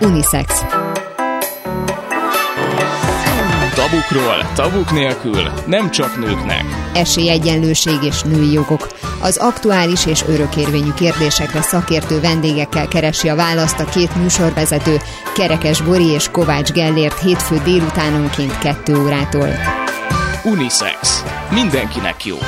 Unisex. Tabukról, tabuk nélkül, nem csak nőknek. Esélyegyenlőség és női jogok. Az aktuális és örökérvényű kérdésekre szakértő vendégekkel keresi a választ a két műsorvezető, Kerekes Bori és Kovács Gellért hétfő délutánonként 2 órától. Unisex. Mindenkinek jó.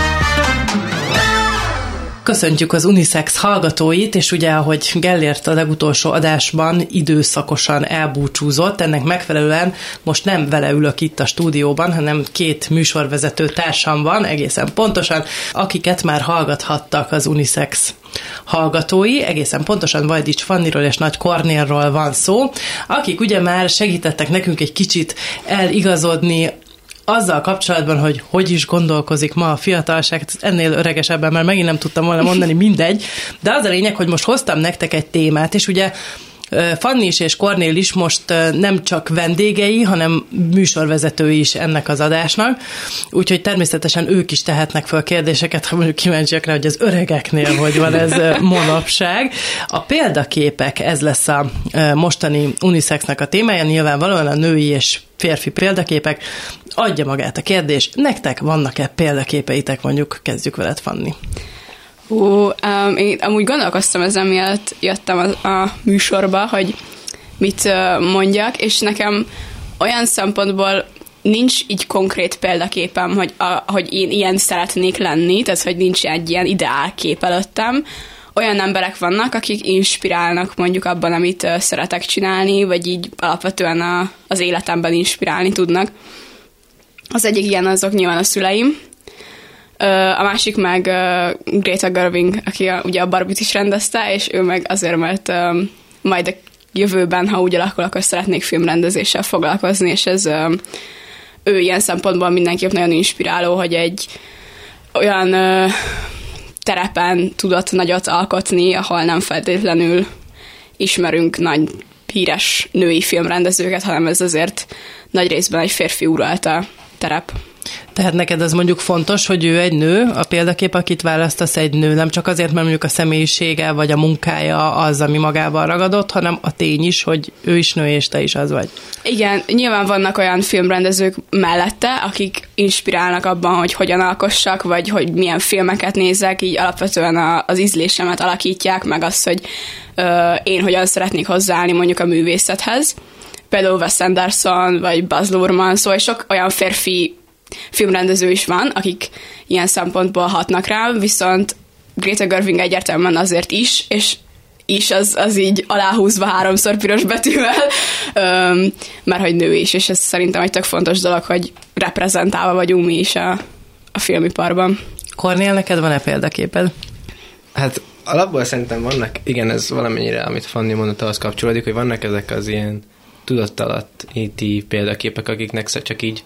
Köszöntjük az Unisex hallgatóit, és ugye, ahogy Gellért a legutolsó adásban időszakosan elbúcsúzott, ennek megfelelően most nem vele ülök itt a stúdióban, hanem 2 műsorvezető társam van, egészen pontosan, akiket már hallgathattak az Unisex hallgatói, egészen pontosan Vajdics Fanniról és Nagy Kornélról van szó, akik ugye már segítettek nekünk egy kicsit eligazodni azzal kapcsolatban, hogy is gondolkozik ma a fiatalság, ennél öregesebben már megint nem tudtam volna mondani, mindegy, de az a lényeg, hogy most hoztam nektek egy témát, és ugye Fanni is és Kornél is most nem csak vendégei, hanem műsorvezetői is ennek az adásnak, úgyhogy természetesen ők is tehetnek fel kérdéseket, ha mondjuk kíváncsiak rá, hogy az öregeknél hogy van ez manapság. A példaképek, ez lesz a mostani Unisexnek a témája, nyilvánvalóan a női és férfi példaképek. Adja magát a kérdés, nektek vannak-e példaképeitek, mondjuk kezdjük veled, Fanni. Én amúgy gondolkoztam ezen, mielőtt jöttem a műsorba, hogy mit mondjak, és nekem olyan szempontból nincs így konkrét példaképem, hogy én ilyen szeretnék lenni, tehát hogy nincs egy ilyen ideálkép előttem. Olyan emberek vannak, akik inspirálnak mondjuk abban, amit szeretek csinálni, vagy így alapvetően az életemben inspirálni tudnak. Az egyik ilyen azok nyilván a szüleim, a másik meg Greta Gerwig, aki ugye a Barbie-t is rendezte, és ő meg azért, mert majd a jövőben, ha úgy alakul, akkor szeretnék filmrendezéssel foglalkozni, és ez ő ilyen szempontból mindenképp nagyon inspiráló, hogy egy olyan terepen tudott nagyot alkotni, ahol nem feltétlenül ismerünk nagy híres női filmrendezőket, hanem ez azért nagy részben egy férfi uralta terep. Tehát neked az mondjuk fontos, hogy ő egy nő, a példakép, akit választasz, egy nő, nem csak azért, mert mondjuk a személyisége vagy a munkája az, ami magával ragadott, hanem a tény is, hogy ő is nő, és te is az vagy. Igen, nyilván vannak olyan filmrendezők mellette, akik inspirálnak abban, hogy hogyan alkossak, vagy hogy milyen filmeket nézek, így alapvetően az ízlésemet alakítják, meg azt, hogy én hogyan szeretnék hozzáállni mondjuk a művészethez. Például Wes Anderson, vagy Baz Luhrmann, szóval sok olyan férfi filmrendező is van, akik ilyen szempontból hatnak rám, viszont Greta Gerwig egyértelműen azért is, és az így aláhúzva 3-szor piros betűvel, mert hogy nő is, és ez szerintem egy tök fontos dolog, hogy reprezentálva vagyunk mi is a filmiparban. Kornél, neked van-e példaképed? Hát alapból szerintem vannak, igen, ez valamennyire, amit Fanni mondott, ahhoz kapcsolódik, hogy vannak ezek az ilyen tudattalatti példaképek, akiknek csak így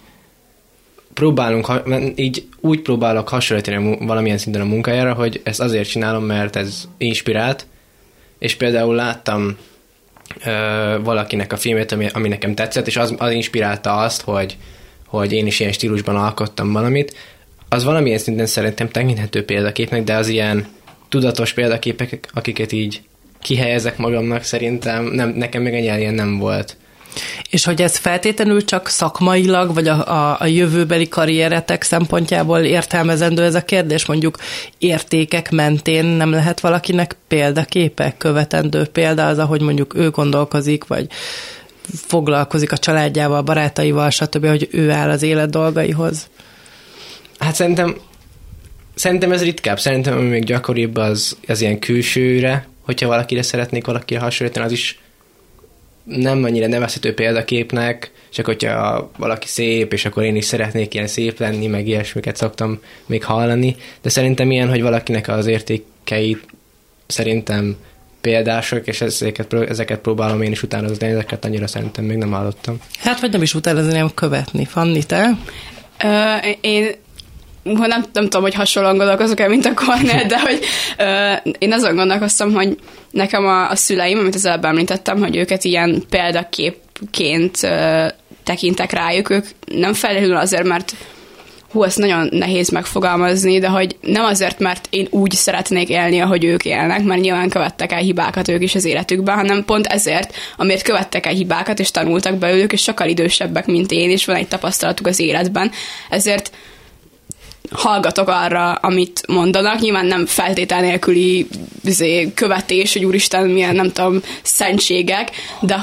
úgy próbálok hasonlítani valamilyen szinten a munkájára, hogy ezt azért csinálom, mert ez inspirált, és például láttam valakinek a filmét, ami nekem tetszett, és az inspirálta azt, hogy én is ilyen stílusban alkottam valamit. Az valamilyen szinten szerintem tekinthető példaképnek, de az ilyen tudatos példaképek, akiket így kihelyezek magamnak, szerintem nekem még egy ilyen nem volt. És hogy ez feltétlenül csak szakmailag, vagy a jövőbeli karrieretek szempontjából értelmezendő ez a kérdés? Mondjuk értékek mentén nem lehet valakinek példaképek, követendő példa az, ahogy mondjuk ő gondolkozik, vagy foglalkozik a családjával, barátaival, stb., hogy ő áll az élet dolgaihoz? Hát szerintem ez ritkább. Szerintem ami még gyakoribb az ilyen külsőre, hogyha valakire hasonlítani, az is nem annyira nevezhető példaképnek, csak hogyha valaki szép, és akkor én is szeretnék ilyen szép lenni, meg ilyesmiket szoktam még hallani, de szerintem ilyen, hogy valakinek az értékei szerintem példások, és ezeket próbálom én is utánozni, de ezeket annyira szerintem még nem hallottam. Hát, vagy nem is utánozni, hanem követni. Fanni, te? Én nem tudom, hogy hasonlóan gondolkozok-e, mint a Kornél, de hogy én azon gondolkoztam, hogy nekem a szüleim, amit az előbb említettem, hogy őket ilyen példaképként tekintek rájuk, ők nem feltétlenül azért, mert ezt nagyon nehéz megfogalmazni, de hogy nem azért, mert én úgy szeretnék élni, ahogy ők élnek, mert nyilván követtek el hibákat ők is az életükben, hanem pont ezért, amiért követtek el hibákat, és tanultak belőlük, és sokkal idősebbek, mint én, és van egy tapasztalatuk az életben, ezért hallgatok arra, amit mondanak, nyilván nem feltétel nélküli követés, hogy úristen, milyen, nem tudom, szentségek, de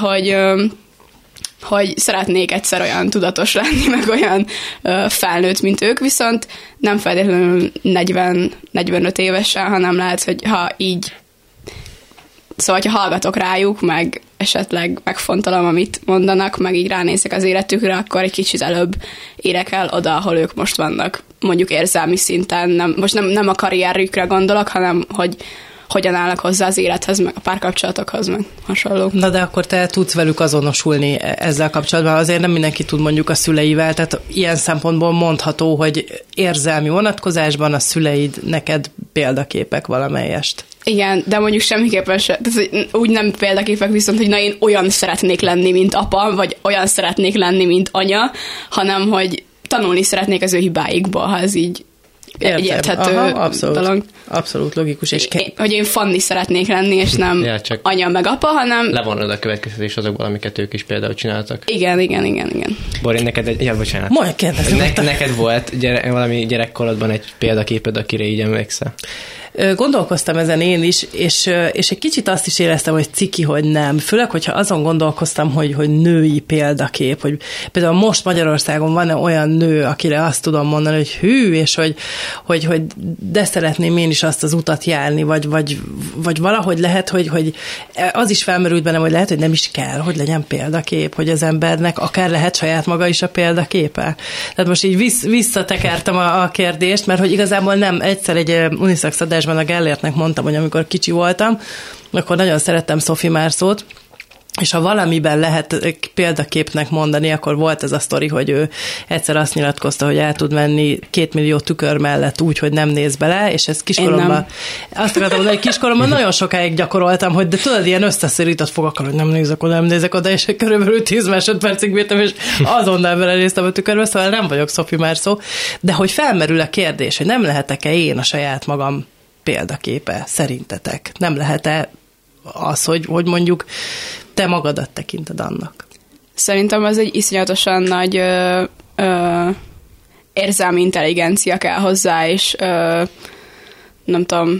hogy szeretnék egyszer olyan tudatos lenni, meg olyan felnőtt, mint ők, viszont nem feltétlenül 40-45 évesen, hanem lehet, hogy ha így, szóval, ha hallgatok rájuk, meg esetleg megfontolom, amit mondanak, meg így ránézek az életükre, akkor egy kicsit előbb érek el oda, ahol ők most vannak, mondjuk érzelmi szinten, most nem a karrierükre gondolok, hanem hogy hogyan állnak hozzá az élethez, meg a párkapcsolatokhoz, meg hasonló. Na de akkor te tudsz velük azonosulni ezzel kapcsolatban. Azért nem mindenki tud mondjuk a szüleivel, tehát ilyen szempontból mondható, hogy érzelmi vonatkozásban a szüleid neked példaképek valamelyest. Igen, de mondjuk semmiképpen se, úgy nem példaképek, viszont, hogy na én olyan szeretnék lenni, mint apa, vagy olyan szeretnék lenni, mint anya, hanem, hogy tanulni szeretnék az ő hibáikból, ha ez így érthető dolog. Abszolút logikus. És hogy én Fanni szeretnék lenni, és nem anya meg apa, hanem... Levonod a következtetés azokból, amiket ők is például csináltak. Igen. Bori, neked bocsánat. Majd kérdezem. Neked volt valami gyerekkorodban egy példaképed, akire így emlékszel? Gondolkoztam ezen én is, és egy kicsit azt is éreztem, hogy ciki, hogy nem. Főleg, hogyha azon gondolkoztam, hogy női példakép, hogy például most Magyarországon van olyan nő, akire azt tudom mondani, hogy hű, és hogy de szeretném én is azt az utat járni, vagy valahogy lehet, hogy az is felmerült bennem, hogy lehet, hogy nem is kell, hogy legyen példakép, hogy az embernek akár lehet saját maga is a példaképe. Tehát most így visszatekertem a kérdést, mert hogy igazából nem egyszer egy unisex adásban a Gellértnek mondtam, hogy amikor kicsi voltam, akkor nagyon szerettem Sophie Marceau-t, és ha valamiben lehet példaképnek mondani, akkor volt ez a sztori, hogy ő egyszer azt nyilatkozta, hogy el tud menni 2 millió tükör mellett úgy, hogy nem néz bele, és ez kiskoromban, azt akartam mondani, hogy kiskoromban nagyon sokáig gyakoroltam, hogy de tudod, ilyen összeszorított fogakkal, hogy nem nézek oda, és körülbelül 10 másodpercig bírtam, és azonnal belenéztem a tükörbe, szóval nem vagyok Sophie Marceau, de hogy felmerül a kérdés, hogy nem lehetek-e én a saját magam példaképe, szerintetek? Nem lehet-e az, hogy mondjuk te magadat tekinted annak? Szerintem ez egy iszonyatosan nagy érzelmi intelligencia kell hozzá, és nem tudom,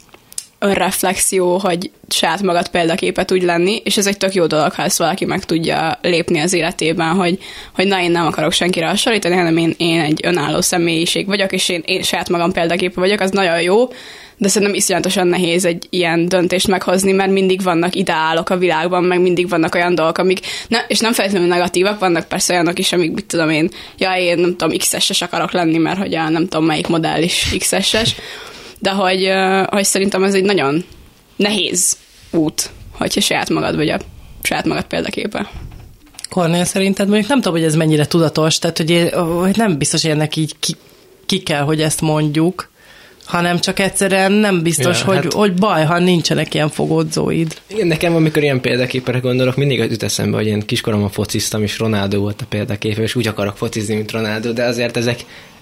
önreflexió, hogy saját magad példaképet úgy lenni, és ez egy tök jó dolog, ha ezt valaki meg tudja lépni az életében, hogy na, én nem akarok senkire hasonlítani, hanem én egy önálló személyiség vagyok, és én saját magam példaképe vagyok, az nagyon jó, de szerintem iszonyatosan nehéz egy ilyen döntést meghozni, mert mindig vannak ideálok a világban, meg mindig vannak olyan dolgok, amik, és nem feltétlenül negatívak, vannak persze olyanok is, amik, mit tudom én nem tudom, X-es akarok lenni, mert hogy nem tudom, melyik modell is X-es, de hogy szerintem ez egy nagyon nehéz út, hogyha saját magad vagy a saját magad példaképe. Kornél, szerinted mondjuk nem tudom, hogy ez mennyire tudatos, tehát hogy nem biztos, hogy ennek így ki kell, hogy ezt mondjuk, hanem csak egyszerűen nem biztos, hogy baj, ha nincsenek ilyen fogódzóid. Igen, nekem amikor ilyen példaképre gondolok, mindig az jut eszembe, hogy én kiskoromban fociztam, és Ronaldo volt a példakép, és úgy akarok focizni, mint Ronaldo, de azért ezek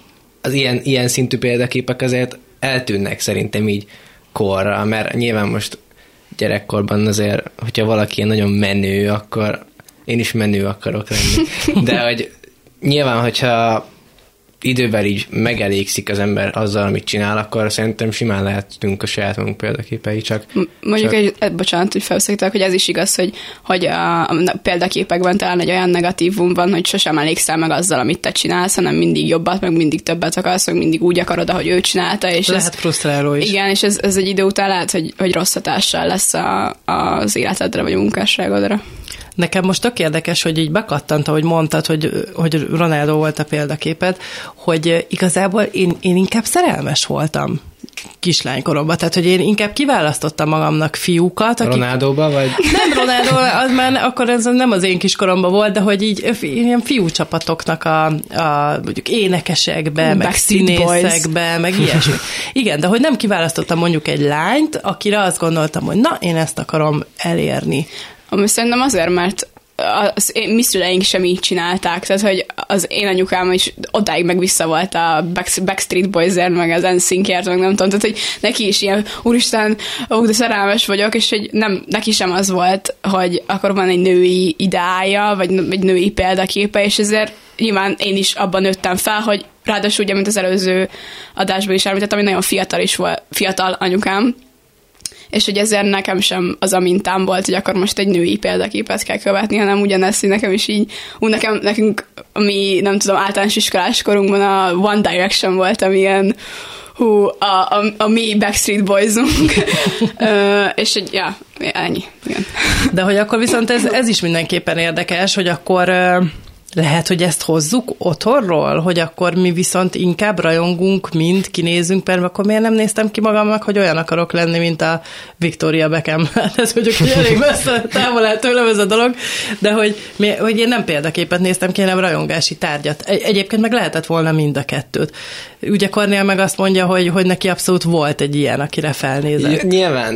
az ilyen szintű példaképek azért eltűnnek szerintem így korra, mert nyilván most gyerekkorban azért, hogyha valaki nagyon menő, akkor én is menő akarok lenni. De hogy nyilván, hogyha idővel így megelégszik az ember azzal, amit csinál, akkor szerintem simán lehetünk a saját magunk példaképei, csak... Mondjuk, bocsánat, hogy felszegítek, hogy ez is igaz, hogy a példaképekben talán egy olyan negatívum van, hogy sosem elégszel meg azzal, amit te csinálsz, hanem mindig jobbat, meg mindig többet akarsz, meg mindig úgy akarod, ahogy ő csinálta. És lehet frusztráló is. Igen, és ez egy idő után lehet, hogy rossz hatással lesz az életedre, vagy a munkásságodra. Nekem most tök érdekes, hogy így bekattant, ahogy mondtad, hogy Ronaldo volt a példaképed, hogy igazából én inkább szerelmes voltam kislánykoromban, tehát hogy én inkább kiválasztottam magamnak fiúkat. Ronaldóba vagy? Nem Ronaldo, az már akkor ez nem az én kiskoromban volt, de hogy így ilyen fiúcsapatoknak a mondjuk énekesekbe, meg színészekbe, meg ilyesmi. Igen, de hogy nem kiválasztottam mondjuk egy lányt, akire azt gondoltam, hogy na, én ezt akarom elérni. Ami szerintem azért, mert mi szüleink sem így csinálták, tehát hogy az én anyukám is odáig meg vissza volt a Backstreet Boys-ért, meg az NSYNC-ért, meg nem tudom, tehát hogy neki is ilyen, úristen, de szerelmes vagyok, és hogy nem, neki sem az volt, hogy akkor van egy női ideája, vagy egy női példaképe, és ezért nyilván én is abban nőttem fel, hogy ráadásul ugye, mint az előző adásban is említettem, hogy nagyon fiatal anyukám, és hogy ezért nekem sem az a mintám volt, hogy akkor most egy női példaképet kell követni, hanem ugyanezt, hogy nekem is így, nekünk, ami nem tudom, általános iskolás korunkban a One Direction volt, amilyen a mi Backstreet Boys-unk. És hogy, ja, ennyi. Igen. De hogy akkor viszont ez is mindenképpen érdekes, hogy akkor lehet, hogy ezt hozzuk otthonról, hogy akkor mi viszont inkább rajongunk, mint kinézünk, mert akkor miért nem néztem ki magamnak, hogy olyan akarok lenni, mint a Victoria Beckham. Ez mondjuk, hogy elég messze távol áll tőlem ez a dolog, de hogy én nem példaképet néztem ki, hanem rajongási tárgyat. Egyébként meg lehetett volna mind a kettőt. Ugye Kornél meg azt mondja, hogy neki abszolút volt egy ilyen, akire felnézett. Nyilván,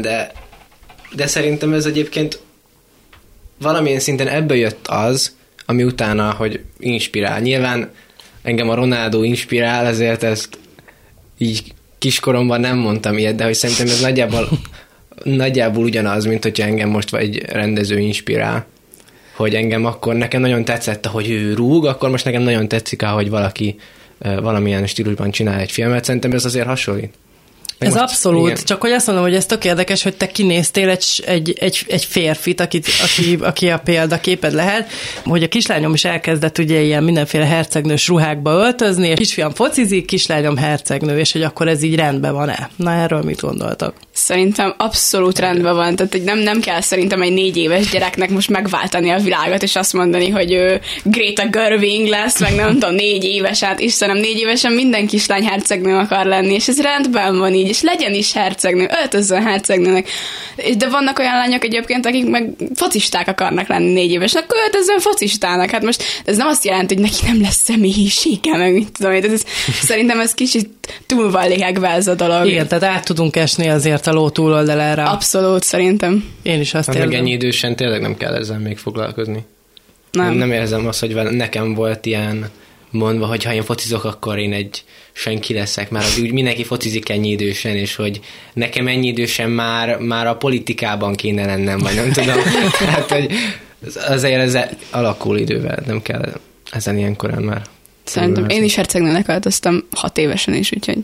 de szerintem ez egyébként valamilyen szinten ebből jött az, ami utána, hogy inspirál. Nyilván engem a Ronaldo inspirál, ezért ezt így kiskoromban nem mondtam ilyet, de hogy szerintem ez nagyjából ugyanaz, mint hogyha engem most egy rendező inspirál. Hogy engem akkor, nekem nagyon tetszett, hogy ő rúg, akkor most nekem nagyon tetszik, ahogy valaki valamilyen stílusban csinál egy filmet. Szerintem ez azért hasonlít. Ez most, abszolút, igen. Csak hogy azt mondom, hogy ez tök érdekes, hogy te kinéztél egy férfit, aki a példaképed lehet, hogy a kislányom is elkezdett ugye ilyen mindenféle hercegnős ruhákba öltözni, és kisfiam focizik, kislányom hercegnő, és hogy akkor ez így rendben van-e? Na, erről mit gondoltak? Szerintem abszolút rendben van, tehát nem kell szerintem egy 4 éves gyereknek most megváltani a világot, és azt mondani, hogy ő Greta Gerwig lesz, meg nem tudom, 4 éves, hát Istenem, 4 évesen minden kislány hercegnő akar lenni, és ez rendben van így, és legyen is hercegnő, öltözzön hercegnőnek. De vannak olyan lányok egyébként, akik meg focisták akarnak lenni 4 évesen, akkor öltözzön focistának. Hát most ez nem azt jelenti, hogy neki nem lesz személyisége, meg mit tudom én. Szerintem ez kicsit túl van lihegve ez a dolog. Igen, tehát át tudunk esni azért a ló túloldalára. Abszolút, szerintem. Én is azt érzem. Meg ennyi idősen tényleg nem kell ezzel még foglalkozni. Nem érzem azt, hogy nekem volt ilyen mondva, hogy ha én focizok, akkor én egy senki leszek, már úgy mindenki focizik ennyi idősen, és hogy nekem ennyi idősen már a politikában kéne lennem, vagy nem tudom. Hát, hogy azért ez alakul idővel, nem kell ezen ilyen korán már. Szerintem én is hercegnőnek öltöztem 6 évesen is, úgyhogy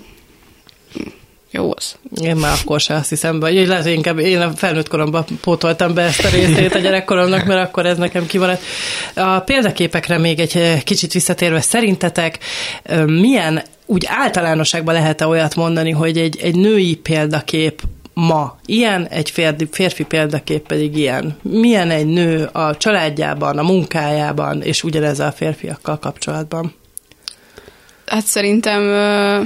jó az. Én már akkor se azt hiszem, vagy lehet, hogy inkább én a felnőtt koromban pótoltam be ezt a részét a gyerekkoromnak, mert akkor ez nekem kimaradt. A példaképekre még egy kicsit visszatérve, szerintetek milyen, úgy általánosságban lehet-e olyat mondani, hogy egy női példakép ma ilyen, egy férfi példakép pedig ilyen? Milyen egy nő a családjában, a munkájában, és ugyanezzel a férfiakkal kapcsolatban? Hát szerintem...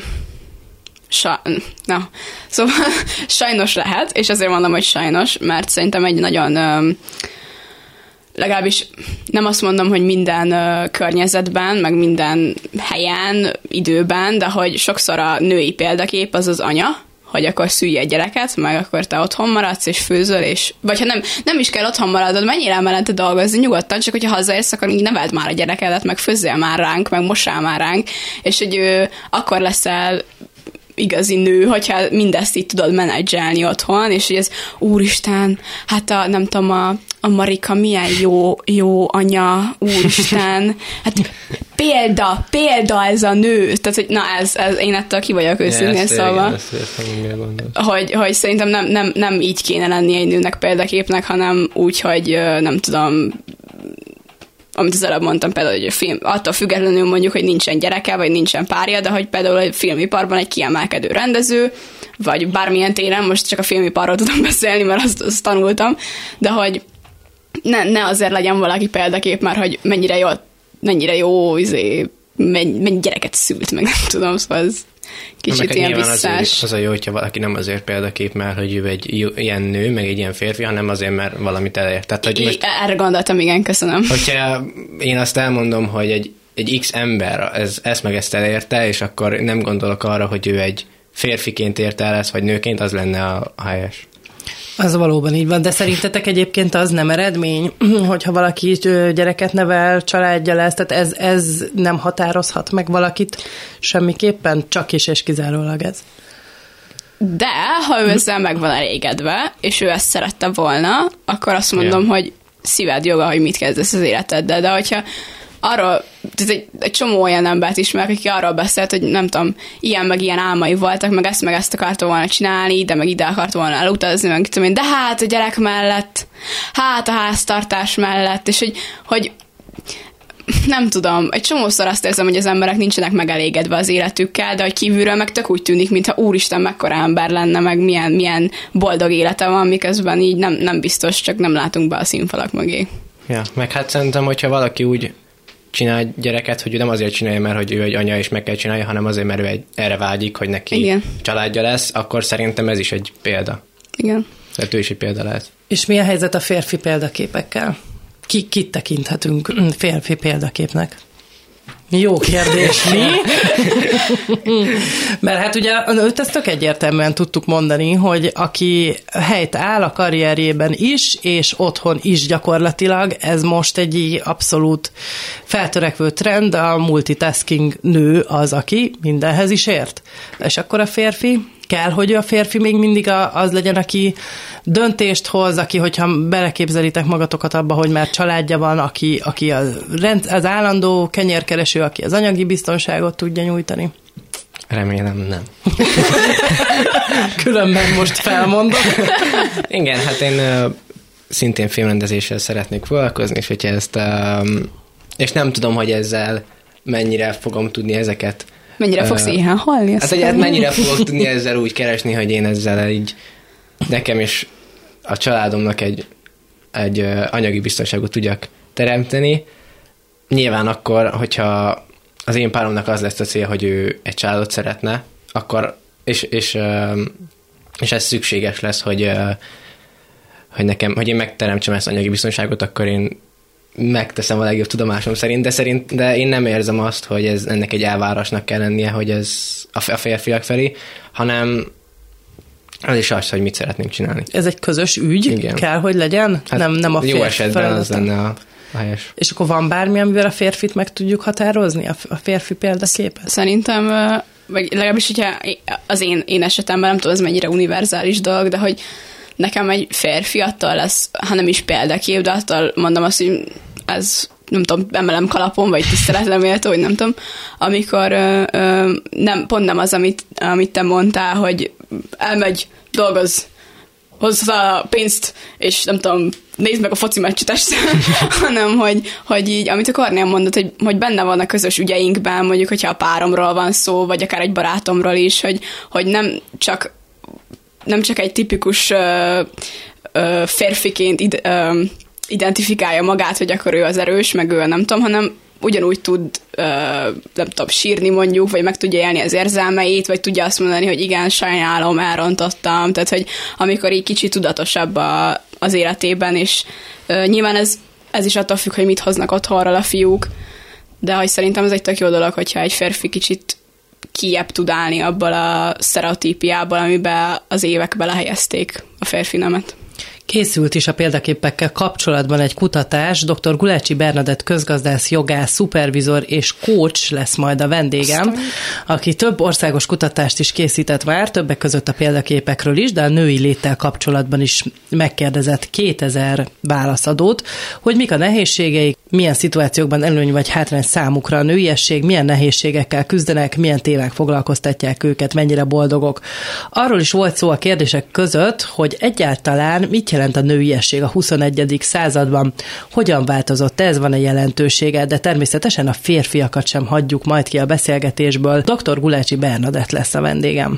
Szóval sajnos lehet, és azért mondom, hogy sajnos, mert szerintem egy nagyon, legalábbis nem azt mondom, hogy minden környezetben, meg minden helyen, időben, de hogy sokszor a női példakép az az anya, hogy akkor szülj egy gyereket, meg akkor te otthon maradsz, és főzöl, és vagy ha nem is kell otthon maradod, menjél el mellette dolgozni nyugodtan, csak hogyha hazaérsz, akkor így neveld már a gyerekedet, meg főzzél már ránk, meg mossál már ránk, és hogy akkor leszel igazi nő, hogyha mindezt így tudod menedzselni otthon, és hogy ez úristen, hát nem tudom, a Marika milyen jó anya, úristen, hát példa ez a nő, tehát hogy na ez én ettől ki vagyok őszintén, szóval, hogy szerintem nem így kéne lenni egy nőnek példaképnek, hanem úgy, hogy nem tudom, amit az előbb mondtam, például, hogy a film, attól függetlenül mondjuk, hogy nincsen gyereke, vagy nincsen párja, de hogy például a filmiparban egy kiemelkedő rendező, vagy bármilyen téren, most csak a filmiparról tudom beszélni, mert azt tanultam, de hogy ne azért legyen valaki példakép, már hogy mennyire jó mennyi gyereket szült, meg nem tudom, szóval ez kicsit ilyen visszás. Az a jó, hogyha valaki nem azért példakép, mert hogy ő egy ilyen nő, meg egy ilyen férfi, hanem azért, mert valamit elért. Tehát, hogy most, erre gondoltam, igen, köszönöm. Hogyha én azt elmondom, hogy egy X ember ezt meg ezt elérte, és akkor nem gondolok arra, hogy ő egy férfiként érte el ezt, vagy nőként, az lenne a helyes. Az valóban így van, de szerintetek egyébként az nem eredmény, hogyha valaki gyereket nevel, családja lesz, tehát ez nem határozhat meg valakit semmiképpen, csak és kizárólag ez. De, ha ő ezzel meg van elégedve, és ő ezt szerette volna, akkor azt mondom, hogy szíved joga, hogy mit kezdesz az életeddel. De hogyha arról, egy csomó olyan embert ismerek, aki arról beszélt, hogy nem tudom, ilyen meg ilyen álmai voltak, meg ezt akarta volna csinálni, de meg ide akarta volna elutazni, meg tudom én, de hát a gyerek mellett, hát a háztartás mellett, és hogy nem tudom, egy csomószor azt érzem, hogy az emberek nincsenek megelégedve az életükkel, de hogy kívülről meg tök úgy tűnik, mintha úristen mekkora ember lenne, meg milyen boldog élete van, miközben így nem biztos, csak nem látunk be a színfalak mögé. Ja, meg hát szerintem, hogyha valaki úgy csinál gyereket, hogy ő nem azért csinálja, mert hogy ő egy anya és meg kell csinálja, hanem azért, mert ő erre vágyik, hogy neki családja lesz, akkor szerintem ez is egy példa. Igen. Tehát ő is egy példa lehet. És mi a helyzet a férfi példaképekkel? Kit tekinthetünk férfi példaképnek? Jó kérdés, mi? Mert hát ugye ezt tök egyértelműen tudtuk mondani, hogy aki helyt áll a karrierjében is, és otthon is gyakorlatilag, ez most egy abszolút feltörekvő trend, a multitasking nő az, aki mindenhez is ért. És akkor a férfi? Kell, hogy a férfi még mindig az legyen, aki döntést hoz, aki, hogyha beleképzelitek magatokat abba, hogy már családja van, aki az állandó kenyérkereső, aki az anyagi biztonságot tudja nyújtani. Remélem nem. Különben most felmondok. Igen, hát én szintén filmrendezéssel szeretnék foglalkozni, és hogyha ezt, és nem tudom, hogy ezzel mennyire fogom tudni ezeket. Mennyire fogsz éhen halni? Hát mennyire fogok tudni ezzel úgy keresni, hogy én ezzel így nekem és a családomnak egy anyagi biztonságot tudjak teremteni. Nyilván akkor, hogyha az én páromnak az lesz a cél, hogy ő egy családot szeretne, akkor, és ez szükséges lesz, hogy én megteremtsem ezt anyagi biztonságot, akkor én megteszem a legjobb tudomásom szerint, de én nem érzem azt, hogy ennek egy elvárásnak kell lennie, hogy ez a férfiak felé, hanem az is az, hogy mit szeretnénk csinálni. Ez egy közös ügy? Igen. Kell, hogy legyen? Hát nem a férfi jó esetben feladata. Az lenne a helyes. És akkor van bármi, amivel a férfit meg tudjuk határozni? A férfi példaképet? Szerintem, vagy legalábbis, hogyha az én esetemben, nem tudom, ez mennyire univerzális dolog, de hogy nekem egy férfi attól lesz, ha nem is példakép, de attól mondom azt, hogy ez, nem tudom, emelem kalapon, vagy tiszteletre méltó, hogy nem tudom, amikor pont nem az, amit te mondtál, hogy elmegy, dolgoz, hozzá a pénzt, és nem tudom, nézd meg a foci meccset este, hanem hogy így, amit a Kornél mondott, hogy benne van a közös ügyeinkben, mondjuk, hogyha a páromról van szó, vagy akár egy barátomról is, hogy nem csak egy tipikus férfiként identifikálja magát, hogy akkor ő az erős, meg ő nem tudom, hanem ugyanúgy tud, nem tudom, sírni mondjuk, vagy meg tudja élni az érzelmeit, vagy tudja azt mondani, hogy igen, sajnálom, elrontottam, tehát, hogy amikor így kicsit tudatosabb az életében, és nyilván ez is attól függ, hogy mit hoznak otthonról a fiúk, de hogy szerintem ez egy tök jó dolog, hogyha egy férfi kicsit kijebb tud állni abból a sztereotípiából, amiben az évek belehelyezték a férfi nemet. Készült is a példaképekkel kapcsolatban egy kutatás, dr. Gulácsi Bernadett közgazdász, jogász, szupervizor és coach lesz majd a vendégem, aki több országos kutatást is készített már, többek között a példaképekről is, de a női léttel kapcsolatban is megkérdezett 2000 válaszadót, hogy mik a nehézségeik, milyen szituációkban előny vagy hátrány számukra a nőiesség, milyen nehézségekkel küzdenek, milyen témák foglalkoztatják őket, mennyire boldogok. Arról is volt szó a kérdések között, hogy egyáltalán mit jelent a nőiesség a 21. században, hogyan változott ez, van-e jelentősége, de természetesen a férfiakat sem hagyjuk majd ki a beszélgetésből. Dr. Gulácsi Bernadett lesz a vendégem.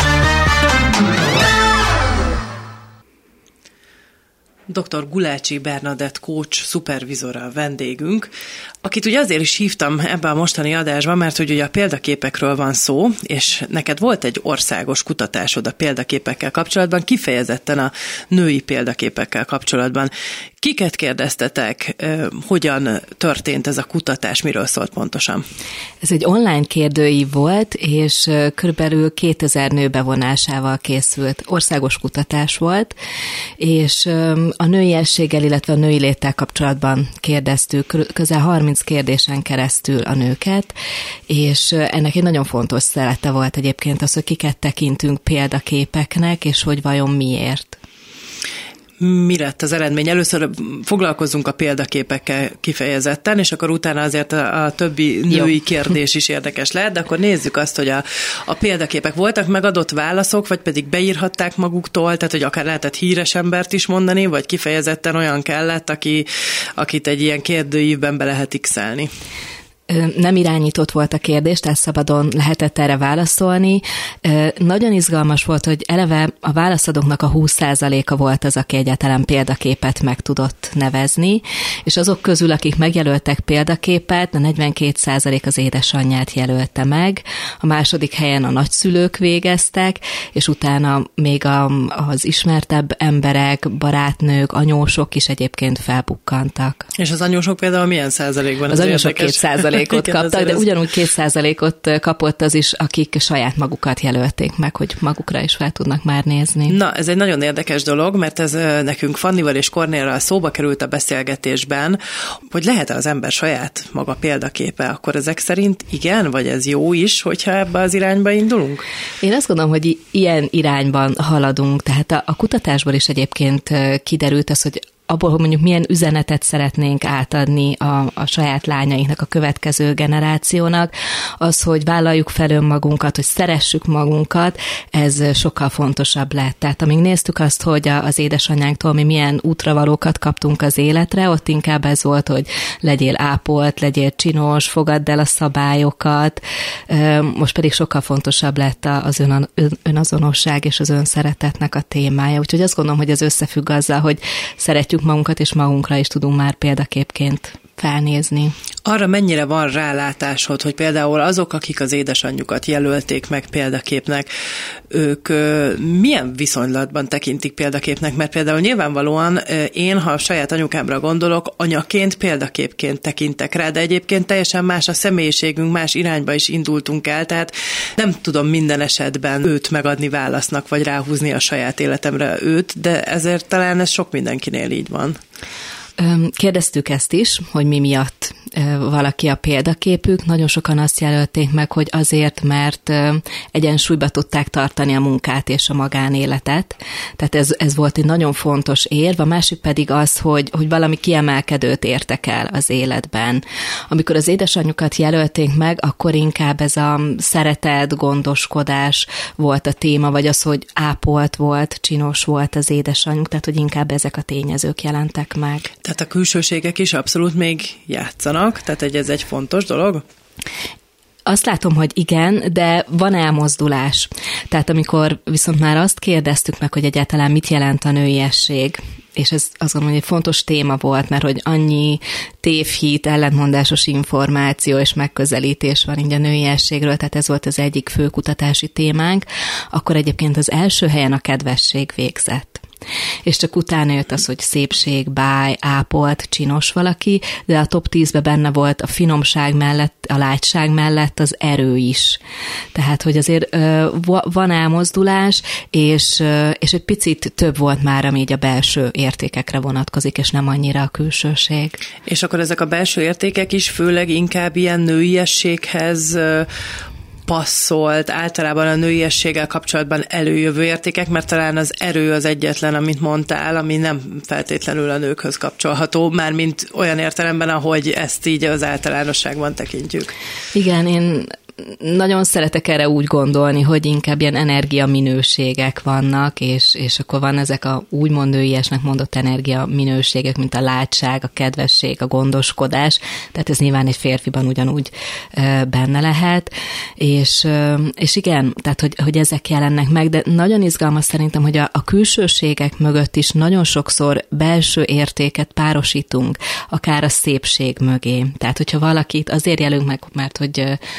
Dr. Gulácsi Bernadett coach, szupervizora a vendégünk, akit ugye azért is hívtam ebbe a mostani adásba, mert hogy ugye a példaképekről van szó, és neked volt egy országos kutatásod a példaképekkel kapcsolatban, kifejezetten a női példaképekkel kapcsolatban. Kiket kérdeztetek? Hogyan történt ez a kutatás? Miről szólt pontosan? Ez egy online kérdőív volt, és körülbelül 2000 nő bevonásával készült. Országos kutatás volt, és a nőiességgel, illetve a női léttel kapcsolatban kérdeztük közel 30 kérdésen keresztül a nőket, és ennek egy nagyon fontos szelete volt egyébként az, hogy kiket tekintünk példaképeknek, és hogy vajon miért. Mi lett az eredmény? Először foglalkozzunk a példaképekkel kifejezetten, és akkor utána azért a többi női kérdés is érdekes lehet, de akkor nézzük azt, hogy a példaképek voltak megadott válaszok, vagy pedig beírhatták maguktól, tehát hogy akár lehetett híres embert is mondani, vagy kifejezetten olyan kellett, akit egy ilyen kérdőívben be lehet x-elni. Nem irányított volt a kérdés, tehát szabadon lehetett erre válaszolni. Nagyon izgalmas volt, hogy eleve a válaszadóknak a 20%-a volt az, aki egyáltalán példaképet meg tudott nevezni, és azok közül, akik megjelöltek példaképet, a 42% az édesanyját jelölte meg, a második helyen a nagyszülők végeztek, és utána még az ismertebb emberek, barátnők, anyósok is egyébként felbukkantak. És az anyósok például milyen százalékban? Az anyósok 2%-ot kaptak, de ugyanúgy 2%-ot kapott az is, akik saját magukat jelölték meg, hogy magukra is fel tudnak már nézni. Na, ez egy nagyon érdekes dolog, mert ez nekünk Fannival és Kornélral szóba került a beszélgetésben, hogy lehet-e az ember saját maga példaképe, akkor ezek szerint igen, vagy ez jó is, hogyha ebbe az irányba indulunk? Én azt gondolom, hogy ilyen irányban haladunk, tehát a kutatásból is egyébként kiderült az, hogy abból, hogy mondjuk milyen üzenetet szeretnénk átadni a saját lányainknak, a következő generációnak, az, hogy vállaljuk fel önmagunkat, hogy szeressük magunkat, ez sokkal fontosabb lett. Tehát amíg néztük azt, hogy az édesanyánktól mi milyen útravalókat kaptunk az életre, ott inkább ez volt, hogy legyél ápolt, legyél csinos, fogadd el a szabályokat, most pedig sokkal fontosabb lett az önazonosság és az önszeretetnek a témája. Úgyhogy azt gondolom, hogy ez összefügg azzal, hogy szeretjük magunkat, és magunkra is tudunk már példaképként felnézni. Arra mennyire van rálátásod, hogy például azok, akik az édesanyjukat jelölték meg példaképnek, ők milyen viszonylatban tekintik példaképnek? Mert például nyilvánvalóan én, ha a saját anyukámra gondolok, anyaként, példaképként tekintek rá, de egyébként teljesen más a személyiségünk, más irányba is indultunk el, tehát nem tudom minden esetben őt megadni válasznak, vagy ráhúzni a saját életemre őt, de ezért talán ez sok mindenkinél így van. Kérdeztük ezt is, hogy mi miatt valaki a példaképük. Nagyon sokan azt jelölték meg, hogy azért, mert egyensúlyba tudták tartani a munkát és a magánéletet. Tehát ez volt egy nagyon fontos érv. A másik pedig az, hogy valami kiemelkedőt értek el az életben. Amikor az édesanyjukat jelölték meg, akkor inkább ez a szeretet, gondoskodás volt a téma, vagy az, hogy ápolt volt, csinos volt az édesanyjuk, tehát hogy inkább ezek a tényezők jelentek meg. Tehát a külsőségek is abszolút még játszanak, tehát ez egy fontos dolog? Azt látom, hogy igen, de van elmozdulás. Tehát amikor viszont már azt kérdeztük meg, hogy egyáltalán mit jelent a nőiesség, és ez azt gondolom, hogy egy fontos téma volt, mert hogy annyi tévhit, ellentmondásos információ és megközelítés van így a nőiességről, tehát ez volt az egyik fő kutatási témánk, akkor egyébként az első helyen a kedvesség végzett. És csak utána jött az, hogy szépség, báj, ápolt, csinos valaki, de a top 10-ben benne volt a finomság mellett, a lágyság mellett az erő is. Tehát, hogy azért van elmozdulás, és egy picit több volt már, ami így a belső értékekre vonatkozik, és nem annyira a külsőség. És akkor ezek a belső értékek is főleg inkább ilyen nőiességhez passzolt, általában a nőiességgel kapcsolatban előjövő értékek, mert talán az erő az egyetlen, amit mondtál, ami nem feltétlenül a nőkhöz kapcsolható, mármint olyan értelemben, ahogy ezt így az általánosságban tekintjük. Igen, én nagyon szeretek erre úgy gondolni, hogy inkább ilyen energiaminőségek vannak, és akkor van ezek a úgymond nőiesnek mondott energiaminőségek, mint a látság, a kedvesség, a gondoskodás, tehát ez nyilván egy férfiban ugyanúgy benne lehet, és igen, tehát hogy ezek jelennek meg, de nagyon izgalmas szerintem, hogy a külsőségek mögött is nagyon sokszor belső értéket párosítunk, akár a szépség mögé. Tehát, hogyha valakit azért jelünk meg, mert hogy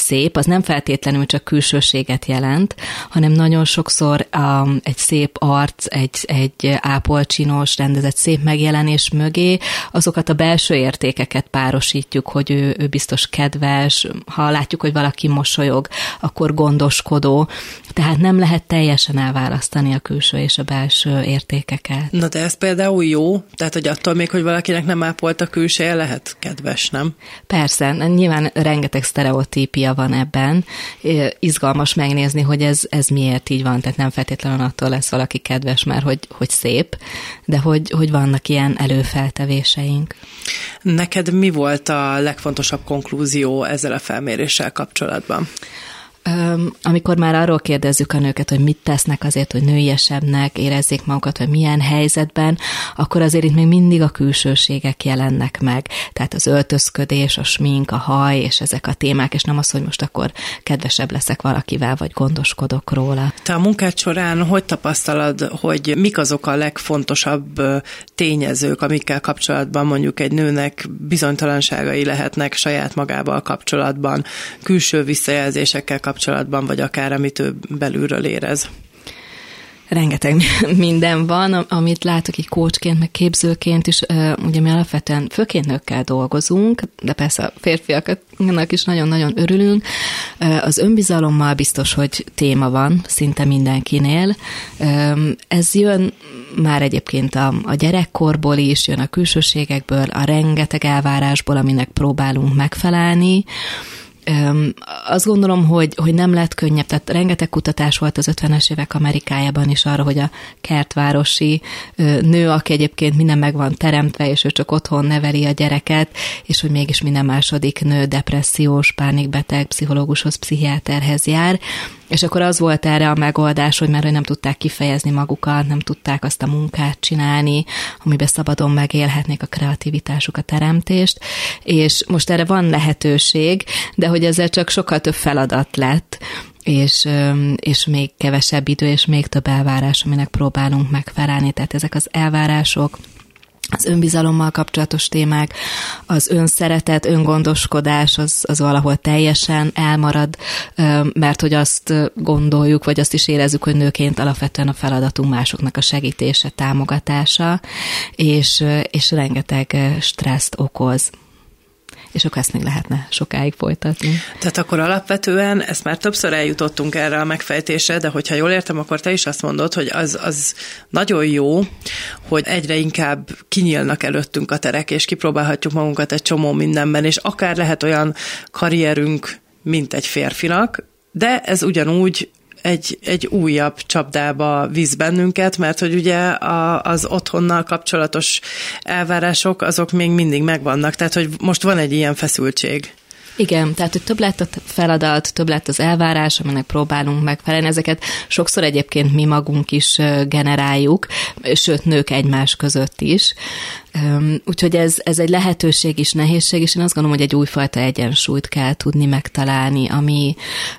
szép, az nem feltétlenül csak külsőséget jelent, hanem nagyon sokszor egy szép arc, egy ápolcsinos, rendezett szép megjelenés mögé azokat a belső értékeket párosítjuk, hogy ő biztos kedves, ha látjuk, hogy valaki mosolyog, akkor gondoskodó, tehát nem lehet teljesen elválasztani a külső és a belső értékeket. Na de ez például jó? Tehát, hogy attól még, hogy valakinek nem ápolt a külseje, lehet kedves, nem? Persze, nyilván rengeteg sztereotípia van ebben. Izgalmas megnézni, hogy ez miért így van, tehát nem feltétlenül attól lesz valaki kedves, mert hogy szép, de hogy vannak ilyen előfeltevéseink. Neked mi volt a legfontosabb konklúzió ezzel a felméréssel kapcsolatban? Amikor már arról kérdezzük a nőket, hogy mit tesznek azért, hogy nőiesebbnek érezzék magukat, vagy milyen helyzetben, akkor azért itt még mindig a külsőségek jelennek meg. Tehát az öltözködés, a smink, a haj, és ezek a témák, és nem az, hogy most akkor kedvesebb leszek valakivel, vagy gondoskodok róla. Te a munkád során hogy tapasztalod, hogy mik azok a legfontosabb tényezők, amikkel kapcsolatban mondjuk egy nőnek bizonytalanságai lehetnek saját magával kapcsolatban, külső visszajelzésekkel kapcsolatban, vagy akár amit ő belülről érez? Rengeteg minden van, amit látok így coachként, meg képzőként is, ugye mi alapvetően főként nőkkel dolgozunk, de persze a férfiaknak is nagyon-nagyon örülünk. Az önbizalommal biztos, hogy téma van szinte mindenkinél. Ez jön már egyébként a gyerekkorból is, jön a külsőségekből, a rengeteg elvárásból, aminek próbálunk megfelelni. Azt gondolom, hogy nem lett könnyebb, tehát rengeteg kutatás volt az 50-es évek Amerikájában is arra, hogy a kertvárosi nő, aki egyébként minden meg van teremtve, és ő csak otthon neveli a gyereket, és hogy mégis minden második nő depressziós, pánikbeteg, pszichológushoz, pszichiáterhez jár, és akkor az volt erre a megoldás, hogy mert nem tudták kifejezni magukat, nem tudták azt a munkát csinálni, amiben szabadon megélhetnék a kreativitásuk, a teremtést, és most erre van lehetőség, de hogy ezzel csak sokkal több feladat lett, és még kevesebb idő, és még több elvárás, aminek próbálunk megfelelni. Tehát ezek az elvárások, az önbizalommal kapcsolatos témák, az önszeretet, öngondoskodás, az valahol teljesen elmarad, mert hogy azt gondoljuk, vagy azt is érezzük, hogy nőként alapvetően a feladatunk másoknak a segítése, támogatása, és rengeteg stresszt okoz. És akkor ezt még lehetne sokáig folytatni. Tehát akkor alapvetően, ezt már többször eljutottunk erre a megfejtésre, de hogyha jól értem, akkor te is azt mondod, hogy az nagyon jó, hogy egyre inkább kinyílnak előttünk a terek, és kipróbálhatjuk magunkat egy csomó mindenben, és akár lehet olyan karrierünk, mint egy férfinak, de ez ugyanúgy egy újabb csapdába visz bennünket, mert hogy ugye az otthonnal kapcsolatos elvárások, azok még mindig megvannak, tehát hogy most van egy ilyen feszültség. Igen, tehát hogy több lett a feladat, több lett az elvárás, aminek próbálunk megfelelni. Ezeket sokszor egyébként mi magunk is generáljuk, sőt, nők egymás között is. Úgyhogy ez egy lehetőség is, nehézség, és én azt gondolom, hogy egy újfajta egyensúlyt kell tudni megtalálni, ami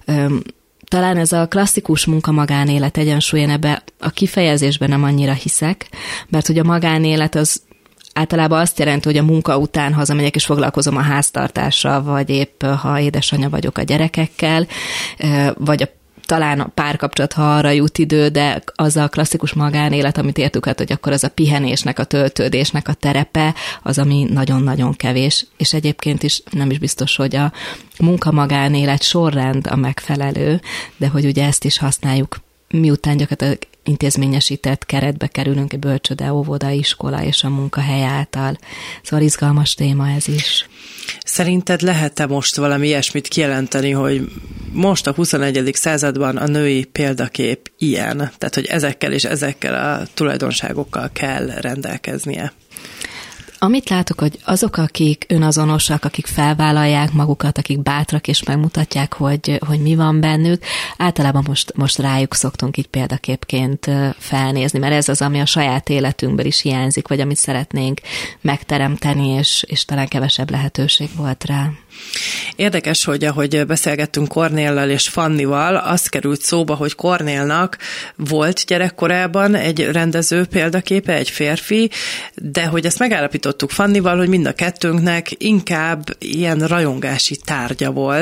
talán ez a klasszikus munka-magánélet egyensúly, én ebbe a kifejezésben nem annyira hiszek, mert hogy a magánélet az általában azt jelenti, hogy a munka után hazamegyek és foglalkozom a háztartással, vagy épp ha édesanyja vagyok a gyerekekkel, vagy talán a párkapcsolat, ha arra jut idő, de az a klasszikus magánélet, amit értük, hát, hogy akkor az a pihenésnek, a töltődésnek a terepe, az, ami nagyon-nagyon kevés, és egyébként is nem is biztos, hogy a munka-magánélet sorrend a megfelelő, de hogy ugye ezt is használjuk, miután gyakorlatilag intézményesített keretbe kerülünk, egy bölcsőde, óvoda, iskola és a munkahely által. Szóval izgalmas téma ez is. Szerinted lehet-e most valami ilyesmit kijelenteni, hogy most a 21. században a női példakép ilyen? Tehát, hogy ezekkel és ezekkel a tulajdonságokkal kell rendelkeznie? Amit látok, hogy azok, akik önazonosak, akik felvállalják magukat, akik bátrak és megmutatják, hogy mi van bennük, általában most rájuk szoktunk így példaképként felnézni, mert ez az, ami a saját életünkből is hiányzik, vagy amit szeretnénk megteremteni, és talán kevesebb lehetőség volt rá. Érdekes, hogy ahogy beszélgettünk Kornéllal és Fannival, az került szóba, hogy Kornélnak volt gyerekkorában egy rendező példaképe, egy férfi, de hogy ezt megállapítottuk Fannival, hogy mind a kettőnknek inkább ilyen rajongási tárgya volt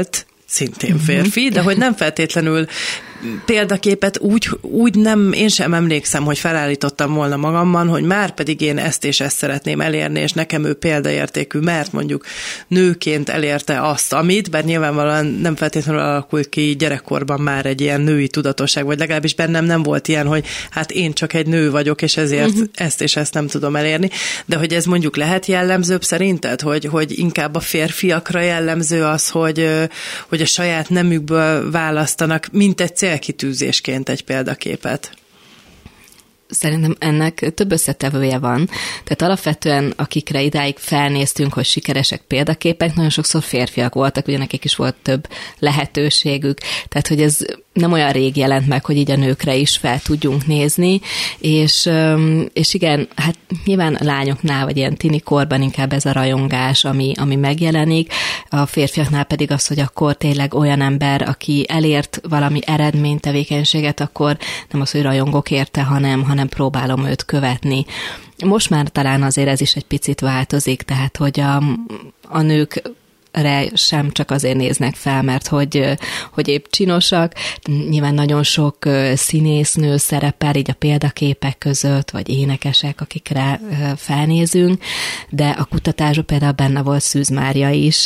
szintén férfi, de hogy nem feltétlenül példaképet úgy nem, én sem emlékszem, hogy felállítottam volna magamban, hogy már pedig én ezt és ezt szeretném elérni, és nekem ő példaértékű, mert mondjuk nőként elérte azt, amit, bár nyilvánvalóan nem feltétlenül alakult ki gyerekkorban már egy ilyen női tudatosság, vagy legalábbis bennem nem volt ilyen, hogy hát én csak egy nő vagyok, és ezért ezt és ezt nem tudom elérni, de hogy ez mondjuk lehet jellemzőbb szerinted, hogy inkább a férfiakra jellemző az, hogy a saját nemükből választanak, mint egy célkitűzésként egy példaképet? Szerintem ennek több összetevője van. Tehát alapvetően, akikre idáig felnéztünk, hogy sikeresek példaképek, nagyon sokszor férfiak voltak, ugye nekik is volt több lehetőségük. Tehát, hogy ez nem olyan rég jelent meg, hogy így a nőkre is fel tudjunk nézni, és igen, hát nyilván lányoknál, vagy ilyen tini korban inkább ez a rajongás, ami megjelenik, a férfiaknál pedig az, hogy akkor tényleg olyan ember, aki elért valami eredménytevékenységet, akkor nem az, hogy rajongok érte, hanem próbálom őt követni. Most már talán azért ez is egy picit változik, tehát hogy a nők sem csak azért néznek fel, mert hogy épp csinosak. Nyilván nagyon sok színésznő szerepel így a példaképek között, vagy énekesek, akikre felnézünk, de a kutatásban például benne volt Szűz Mária is,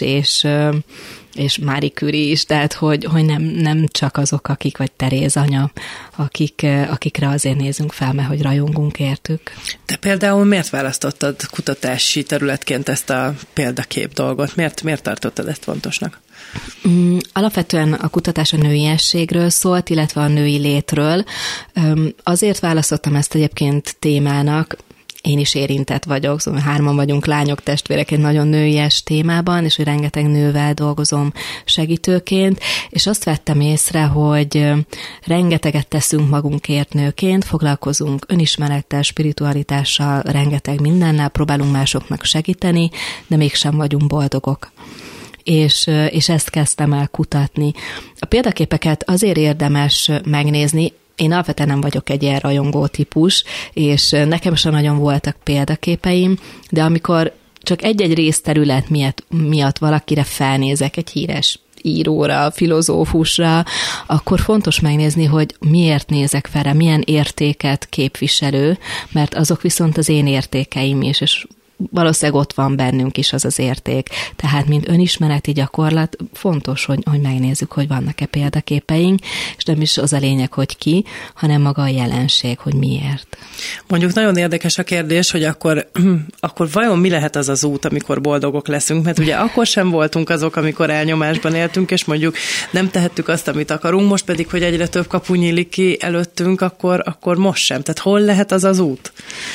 és Marie Curie is, tehát hogy nem csak azok, akik, vagy Teréz anya, akikre azért nézünk fel, mert hogy rajongunk értük. Te például miért választottad kutatási területként ezt a példakép dolgot? Miért tartottad ezt fontosnak? Alapvetően a kutatás a nőiességről szólt, illetve a női létről. Azért választottam ezt egyébként témának, én is érintett vagyok, szóval 3 vagyunk lányok, testvérek egy nagyon nőies témában, és hogy rengeteg nővel dolgozom segítőként, és azt vettem észre, hogy rengeteget teszünk magunkért nőként, foglalkozunk önismerettel, spiritualitással, rengeteg mindennel, próbálunk másoknak segíteni, de mégsem vagyunk boldogok. És ezt kezdtem el kutatni. A példaképeket azért érdemes megnézni, én alapvetően nem vagyok egy ilyen rajongó típus, és nekem sem nagyon voltak példaképeim, de amikor csak egy-egy részterület miatt valakire felnézek, egy híres íróra, filozófusra, akkor fontos megnézni, hogy miért nézek fel, milyen értéket képviselő, mert azok viszont az én értékeim is, és valószínűleg ott van bennünk is az érték. Tehát, mint önismereti gyakorlat, fontos, hogy megnézzük, hogy vannak-e példaképeink, és nem is az a lényeg, hogy ki, hanem maga a jelenség, hogy miért. Mondjuk nagyon érdekes a kérdés, hogy akkor vajon mi lehet az az út, amikor boldogok leszünk, mert ugye akkor sem voltunk azok, amikor elnyomásban éltünk, és mondjuk nem tehettük azt, amit akarunk, most pedig, hogy egyre több kapu nyílik ki előttünk, akkor most sem. Tehát hol lehet az az út?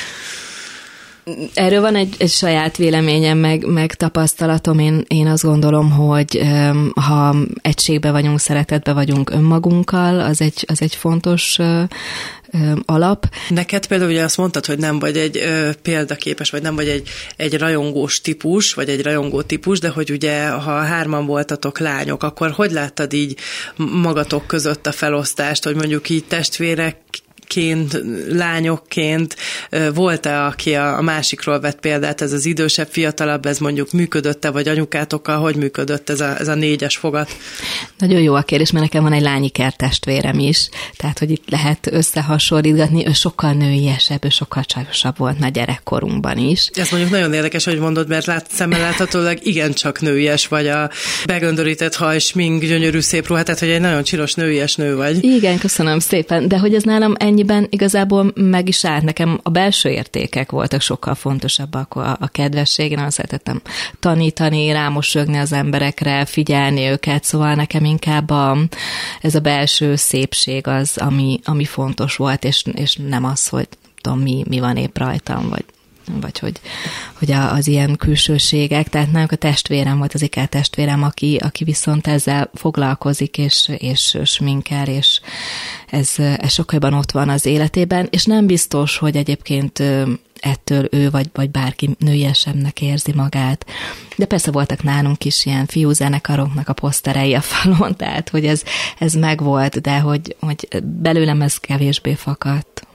Erről van egy saját véleményem, meg tapasztalatom. Én azt gondolom, hogy ha egységbe vagyunk, szeretetbe vagyunk önmagunkkal, az egy fontos alap. Neked például ugye azt mondtad, hogy nem vagy egy példaképes, vagy nem vagy egy rajongós típus, vagy egy rajongó típus, de hogy ugye, ha 3 voltatok lányok, akkor hogy láttad így magatok között a felosztást, hogy mondjuk így testvérek lányokként volt-e, aki a másikról vett példát, ez az idősebb, fiatalabb, ez mondjuk működött-e, vagy anyukátokkal, hogy működött ez a 4-es fogat? Nagyon jó a kérdés, mert nekem van egy lányiker-testvérem is, tehát, hogy itt lehet összehasonlítgatni, ő sokkal nőiesebb, ő sokkal csajosabb volt már gyerekkorunkban is. Ez mondjuk nagyon érdekes, hogy mondod, mert szemmel láthatólag igencsak nőies vagy, a begöndörített haj, smink, gyönyörű szép ruha, tehát, hogy egy nagyon csinos nőies nő vagy. Igen, köszönöm szépen, de hogy ez nálam ennyiben igazából meg is állt. Nekem a belső értékek voltak sokkal fontosabbak, a kedvesség. Én azt szeretettem tanítani, rámosolygni az emberekre, figyelni őket, szóval nekem inkább ez a belső szépség az, ami fontos volt, és nem az, hogy tudom, mi van épp rajtam, vagy hogy az ilyen külsőségek, tehát nálunk a testvérem volt, az ikertestvérem, aki viszont ezzel foglalkozik, és sminkel, és ez sokkal jobban ott van az életében, és nem biztos, hogy egyébként ettől ő vagy bárki nőiesebbnek érzi magát. De persze voltak nálunk is ilyen fiúzenekaroknak a poszterei a falon, tehát hogy ez megvolt, de hogy belőlem ez kevésbé fakadt.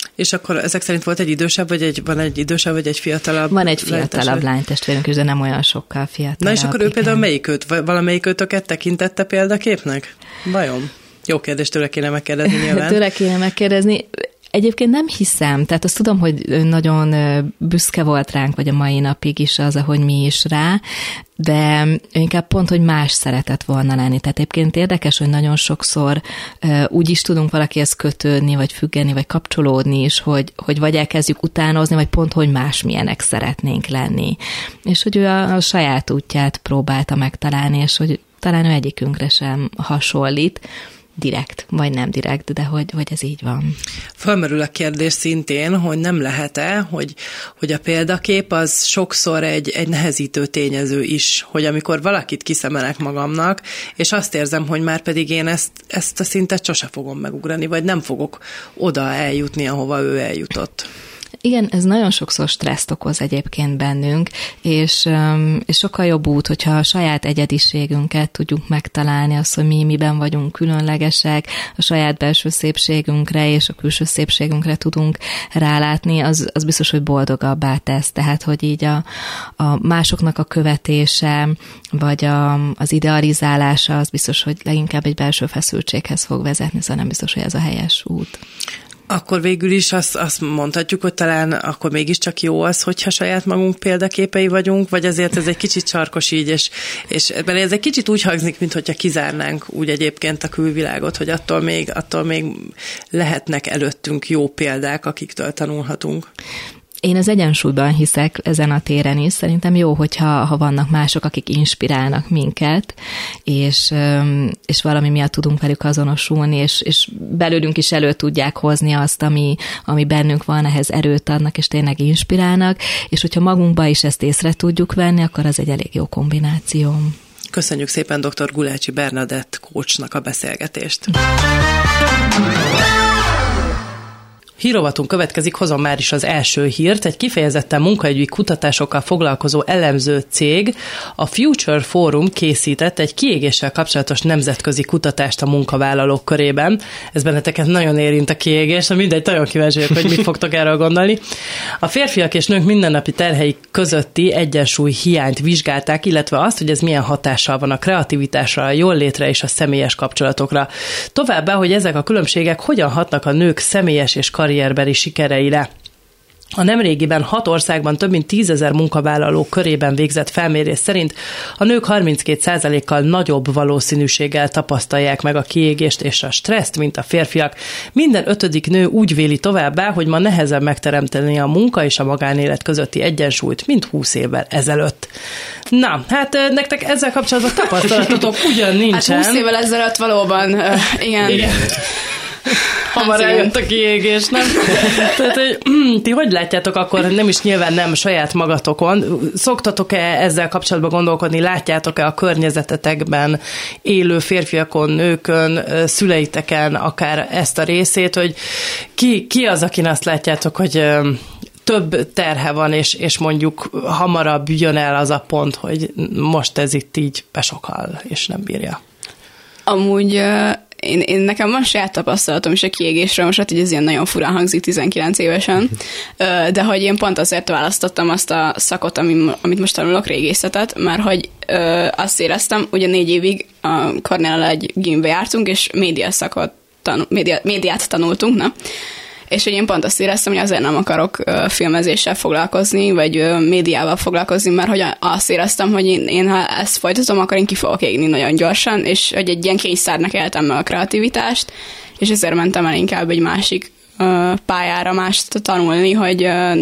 És akkor ezek szerint volt egy idősebb, van egy idősebb, vagy egy fiatalabb? Van egy fiatalabb lánytestvérünk is, de nem olyan sokkal fiatalabb. Na és akkor ő például valamelyikőtöket tekintette példaképnek? Vajon? Jó kérdés, tőle kéne megkérdezni nyilván. Tőle kéne megkérdezni. Egyébként nem hiszem, tehát azt tudom, hogy nagyon büszke volt ránk, vagy a mai napig is az, ahogy mi is rá, de inkább pont, hogy más szeretett volna lenni. Tehát egyébként érdekes, hogy nagyon sokszor úgy is tudunk valakihez kötődni, vagy függeni, vagy kapcsolódni is, hogy vagy elkezdjük utánozni, vagy pont, hogy másmilyenek szeretnénk lenni. És hogy ő a saját útját próbálta megtalálni, és hogy talán ő egyikünkre sem hasonlít, direkt, vagy nem direkt, de hogy ez így van. Fölmerül a kérdés szintén, hogy nem lehet-e, hogy a példakép az sokszor egy nehezítő tényező is, hogy amikor valakit kiszemelek magamnak, és azt érzem, hogy már pedig én ezt a szintet sose fogom megugrani, vagy nem fogok oda eljutni, ahova ő eljutott. Igen, ez nagyon sokszor stresszt okoz egyébként bennünk, és sokkal jobb út, hogyha a saját egyediségünket tudjuk megtalálni, azt, hogy mi miben vagyunk különlegesek, a saját belső szépségünkre és a külső szépségünkre tudunk rálátni, az biztos, hogy boldogabbá tesz. Tehát, hogy így a másoknak a követése, vagy az idealizálása, az biztos, hogy leginkább egy belső feszültséghez fog vezetni, szóval nem biztos, hogy ez a helyes út. Akkor végül is azt mondhatjuk, hogy talán akkor mégiscsak jó az, hogyha saját magunk példaképei vagyunk, vagy azért ez egy kicsit sarkos így, és mert ez egy kicsit úgy hangzik, mintha kizárnánk úgy egyébként a külvilágot, hogy attól még lehetnek előttünk jó példák, akiktől tanulhatunk. Én az egyensúlyban hiszek ezen a téren is. Szerintem jó, ha vannak mások, akik inspirálnak minket, és valami miatt tudunk velük azonosulni, és belőlünk is elő tudják hozni azt, ami bennünk van, ehhez erőt adnak, és tényleg inspirálnak, és hogyha magunkba is ezt észre tudjuk venni, akkor az egy elég jó kombináció. Köszönjük szépen dr. Gulácsi Bernadett coachnak a beszélgetést. Hírovatunk következik, hozom már is az első hírt. Egy kifejezetten munkaügyi kutatásokkal foglalkozó elemző cég, a Future Forum készített egy kiégéssel kapcsolatos nemzetközi kutatást a munkavállalók körében. Ez benneteket nagyon érint a kiégés, mindegy, nagyon kíváncsi vagyok, hogy mit fogtok erről gondolni. A férfiak és nők mindennapi terhei közötti egyensúly hiányt vizsgálták, illetve azt, hogy ez milyen hatással van a kreativitásra, a jóllétre és a személyes kapcsolatokra. Továbbá, hogy ezek a különbségek hogyan hatnak a nők személyes és karrierbeli sikereire. A nemrégiben 6 országban több mint 10 000 munkavállaló körében végzett felmérés szerint a nők 32%-kal nagyobb valószínűséggel tapasztalják meg a kiégést és a stresszt, mint a férfiak. Minden 5. nő úgy véli továbbá, hogy ma nehezebb megteremteni a munka és a magánélet közötti egyensúlyt, mint 20 évvel ezelőtt. Na, hát nektek ezzel kapcsolatban tapasztalatotok ugyan nincsen. Hát 20 évvel ezelőtt valóban, igen. Hamar eljött a kiégés, nem? Tehát, hogy ti hogy látjátok akkor, nem is nyilván nem saját magatokon, szoktatok-e ezzel kapcsolatban gondolkodni, látjátok-e a környezetetekben élő férfiakon, nőkön, szüleiteken akár ezt a részét, hogy ki az, akin azt látjátok, hogy több terhe van, és mondjuk hamarabb jön el az a pont, hogy most ez itt így besokal, és nem bírja. Amúgy én nekem van saját tapasztalatom is a kiégésről, most hát így ez ilyen nagyon furán hangzik 19 évesen, de hogy én pont azért választottam azt a szakot, amit most tanulok, régészetet, mert hogy azt éreztem, ugye 4 évig a Cornell egy gimbe jártunk, és médiát tanultunk, na? És hogy én pont azt éreztem, hogy azért nem akarok filmezéssel foglalkozni, vagy médiával foglalkozni, mert hogy azt éreztem, hogy én ha ezt folytatom, akkor én ki fogok égni nagyon gyorsan, és hogy egy ilyen kényszernek éltem meg a kreativitást, és ezért mentem el inkább egy másik pályára mást tanulni, hogy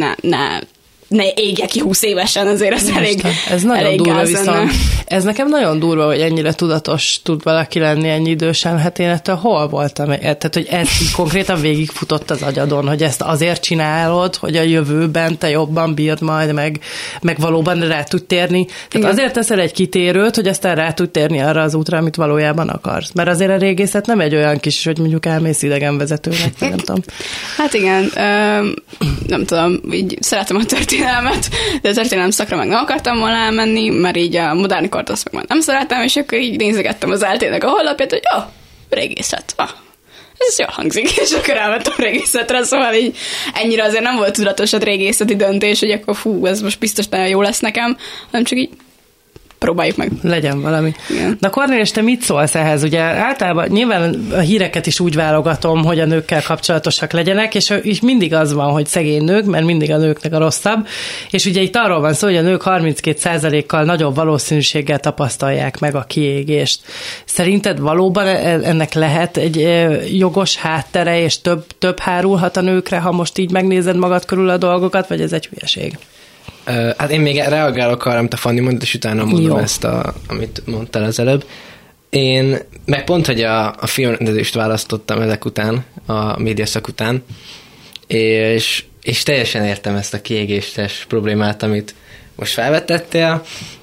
ne égje ki 20 évesen, azért ez ez nagyon elég durva, viszont ez nekem nagyon durva, hogy ennyire tudatos tud valaki lenni ennyi idősen, hát én ettől hol voltam? Tehát, hogy ez konkrétan végigfutott az agyadon, hogy ezt azért csinálod, hogy a jövőben te jobban bírd majd, meg valóban rá tud térni. Tehát igen. Azért teszel egy kitérőt, hogy aztán rá tud térni arra az útra, amit valójában akarsz. Mert azért a régészet nem egy olyan kis, hogy mondjuk elmész idegenvezetőnek, nem tudom. Hát igen, nem tudom, így szeretem a történelmet, de a történelem szakra meg nem akartam volna elmenni, mert így a modern kort azt meg már nem szeretem, és akkor így nézegettem az eltének a honlapját, hogy régészet, ez jól hangzik, és akkor elvettem régészetre, szóval így ennyire azért nem volt tudatos a régészeti döntés, hogy akkor ez most biztos nagyon jó lesz nekem, hanem csak így próbáljuk meg. Legyen valami. Igen. Na Kornél, te mit szólsz ehhez? Ugye általában nyilván a híreket is úgy válogatom, hogy a nőkkel kapcsolatosak legyenek, és mindig az van, hogy szegény nők, mert mindig a nőknek a rosszabb, és ugye itt arról van szó, hogy a nők 32%-kal nagyobb valószínűséggel tapasztalják meg a kiégést. Szerinted valóban ennek lehet egy jogos háttere, és több hárulhat a nőkre, ha most így megnézed magad körül a dolgokat, vagy ez egy hülyeség? Hát én még reagálok arra, amit a Fanni mondta, és utána mondom ezt, amit mondtál az előbb. Én meg pont, hogy a filmrendezést választottam ezek után, a médiaszak után, és teljesen értem ezt a kiégéstes problémát, amit most felvetettél.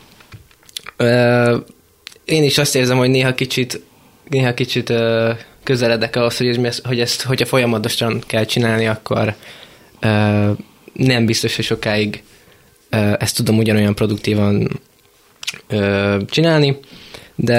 Én is azt érzem, hogy néha kicsit közeledek ahhoz, hogyha folyamatosan kell csinálni, akkor nem biztos, hogy sokáig ezt tudom ugyanolyan produktívan csinálni, de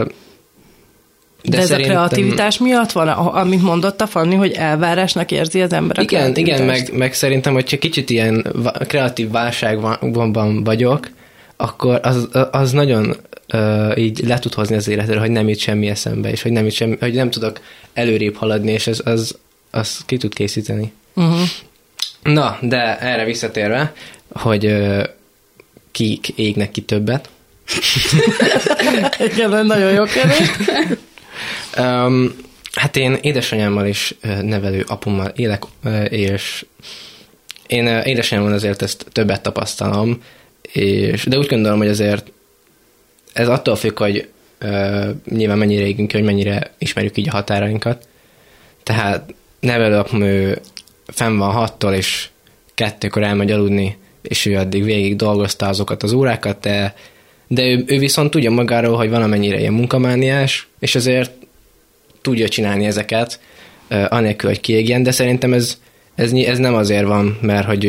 ez szerintem... a kreativitás miatt van, amit mondott a Fanni, hogy elvárásnak érzi az ember a Igen, meg szerintem, hogyha kicsit ilyen kreatív válságban vagyok, akkor az nagyon így le tud hozni az életre, hogy nem jut semmi eszembe, és hogy nem tudok előrébb haladni, és az ki tud készíteni. Uh-huh. Na, de erre visszatérve, hogy kik égnek ki többet. Igen, nagyon jó kérdés. Hát én édesanyámmal és nevelő apummal élek, és én édesanyámmal azért ezt többet tapasztalom, de úgy gondolom, hogy azért ez attól függ, hogy nyilván mennyire égünk ki, hogy mennyire ismerjük így a határainkat. Tehát nevelő apum, ő fenn van 6-tól, és 2-kor elmegy aludni, és ő addig végig dolgozta azokat az órákat, de ő viszont tudja magáról, hogy valamennyire ilyen munkamániás, és azért tudja csinálni ezeket, anélkül, hogy kiégjen, de szerintem ez nem azért van, mert hogy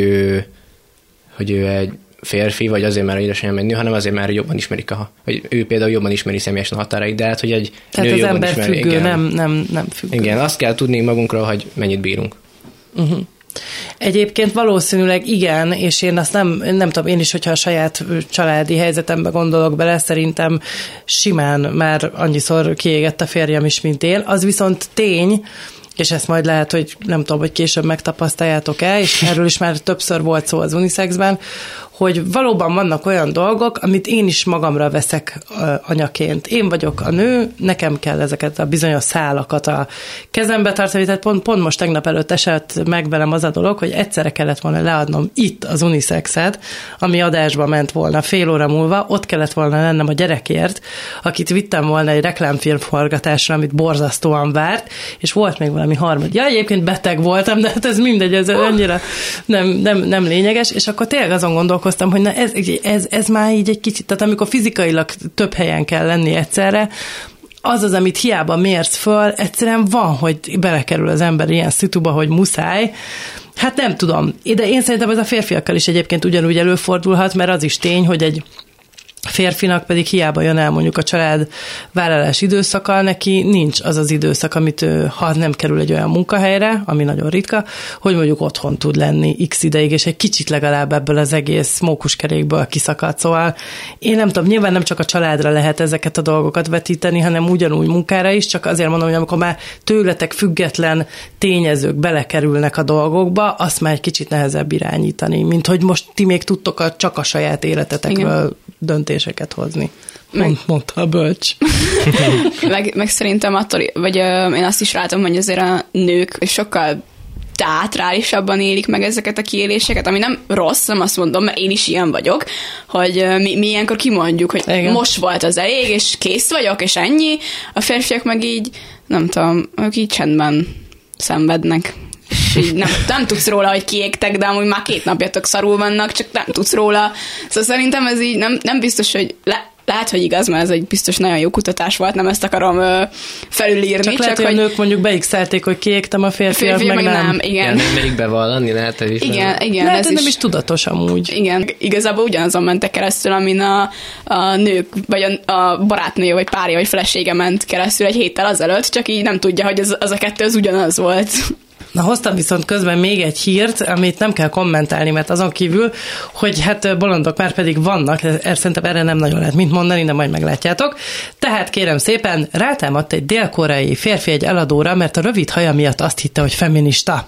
ő egy férfi, vagy azért, mert édesanyám egy nő, hanem azért, mert jobban ismerik hogy ő például jobban ismeri személyesen a határait, de hát, hogy egy tehát nő az jobban ember ismeri. Függő, Igen. nem függő. Igen, azt kell tudni magunkról, hogy mennyit bírunk. Uh-huh. Egyébként valószínűleg igen, és én azt nem tudom, én is, hogyha a saját családi helyzetembe gondolok bele, szerintem simán már annyiszor kiégett a férjem is, mint én. Az viszont tény, és ezt majd lehet, hogy nem tudom, hogy később megtapasztaljátok-e, és erről is már többször volt szó az unisexben, hogy valóban vannak olyan dolgok, amit én is magamra veszek anyaként. Én vagyok a nő, nekem kell ezeket a bizonyos szálakat a kezembe tartani, tehát pont most tegnap előtt esett meg velem az a dolog, hogy egyszerre kellett volna leadnom itt az unisexet, ami adásba ment volna fél óra múlva, ott kellett volna lennem a gyerekért, akit vittem volna egy reklámfilm forgatásra, amit borzasztóan várt, és volt még valami harmad. Ja, egyébként beteg voltam, de hát ez mindegy, ez annyira nem lényeges, és akkor tényleg azon gondolkoztam, hogy na ez már így egy kicsit, tehát amikor fizikailag több helyen kell lenni egyszerre, az, amit hiába mérsz föl, egyszerűen van, hogy belekerül az ember ilyen szituba, hogy muszáj. Hát nem tudom, de én szerintem ez a férfiakkal is egyébként ugyanúgy előfordulhat, mert az is tény, hogy egy férfinak pedig hiába jön el mondjuk a család vállalás időszaka, neki nincs az az időszak, amit ő, ha nem kerül egy olyan munkahelyre, ami nagyon ritka, hogy mondjuk otthon tud lenni x ideig, és egy kicsit legalább ebből az egész mókuskerékből kiszakad. Szóval én nem tudom, nyilván nem csak a családra lehet ezeket a dolgokat vetíteni, hanem ugyanúgy munkára is, csak azért mondom, hogy amikor már tőletek független tényezők belekerülnek a dolgokba, azt már egy kicsit nehezebb irányítani, mint hogy most ti még tudtok csak a saját életetekről döntéseket hozni. Mondta a bölcs. meg szerintem attól, vagy én azt is látom, hogy azért a nők sokkal teátrálisabban élik meg ezeket a kiéléseket, ami nem rossz, nem azt mondom, mert én is ilyen vagyok, hogy mi ilyenkor kimondjuk, hogy igen, most volt az elég, és kész vagyok, és ennyi. A férfiak meg így, nem tudom, ők így csendben szenvednek. És így nem tudsz róla, hogy kiégtek, de amúgy már 2 napja tök szarul vannak, csak nem tudsz róla. Szóval szerintem ez így nem biztos, hogy lehet, hogy igaz, mert ez egy biztos nagyon jó kutatás volt, nem ezt akarom felülírni. Csak lehet, hogy a nők mondjuk beigszelték, hogy kiégtem, a férfiak meg nem. Igen. Nem merik bevallani, lehet ez is. Igen, lehet, ez nem is tudatos amúgy. Igen, igazából ugyanazon mentek keresztül, amin a nők, vagy a barátnője, vagy párja, vagy felesége ment keresztül egy héttel azelőtt, csak így nem tudja, hogy az a kettő az ugyanaz volt. Na, hoztam viszont közben még egy hírt, amit nem kell kommentálni, mert azon kívül, hogy hát bolondok már pedig vannak, szerintem erre nem nagyon lehet mit mondani, de majd meglátjátok. Tehát kérem szépen, rátámadt egy dél-koreai férfi egy eladóra, mert a rövid haja miatt azt hitte, hogy feminista.